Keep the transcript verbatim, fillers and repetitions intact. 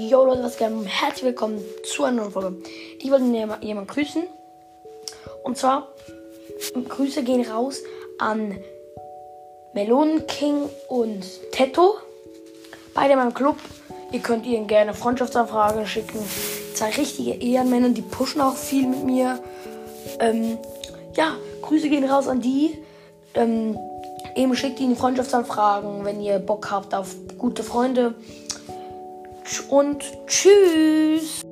Yo Leute, was geht? Herzlich willkommen zu einer neuen Folge. Ich wollte jemanden grüßen. Und zwar, Grüße gehen raus an Melonen King und Tetto. Beide in meinem Club. Ihr könnt ihnen gerne Freundschaftsanfragen schicken. Zwei richtige Ehrenmänner, die pushen auch viel mit mir. Ähm, ja, Grüße gehen raus an die. Ähm, eben schickt ihnen Freundschaftsanfragen, wenn ihr Bock habt auf gute Freunde. Und tschüss.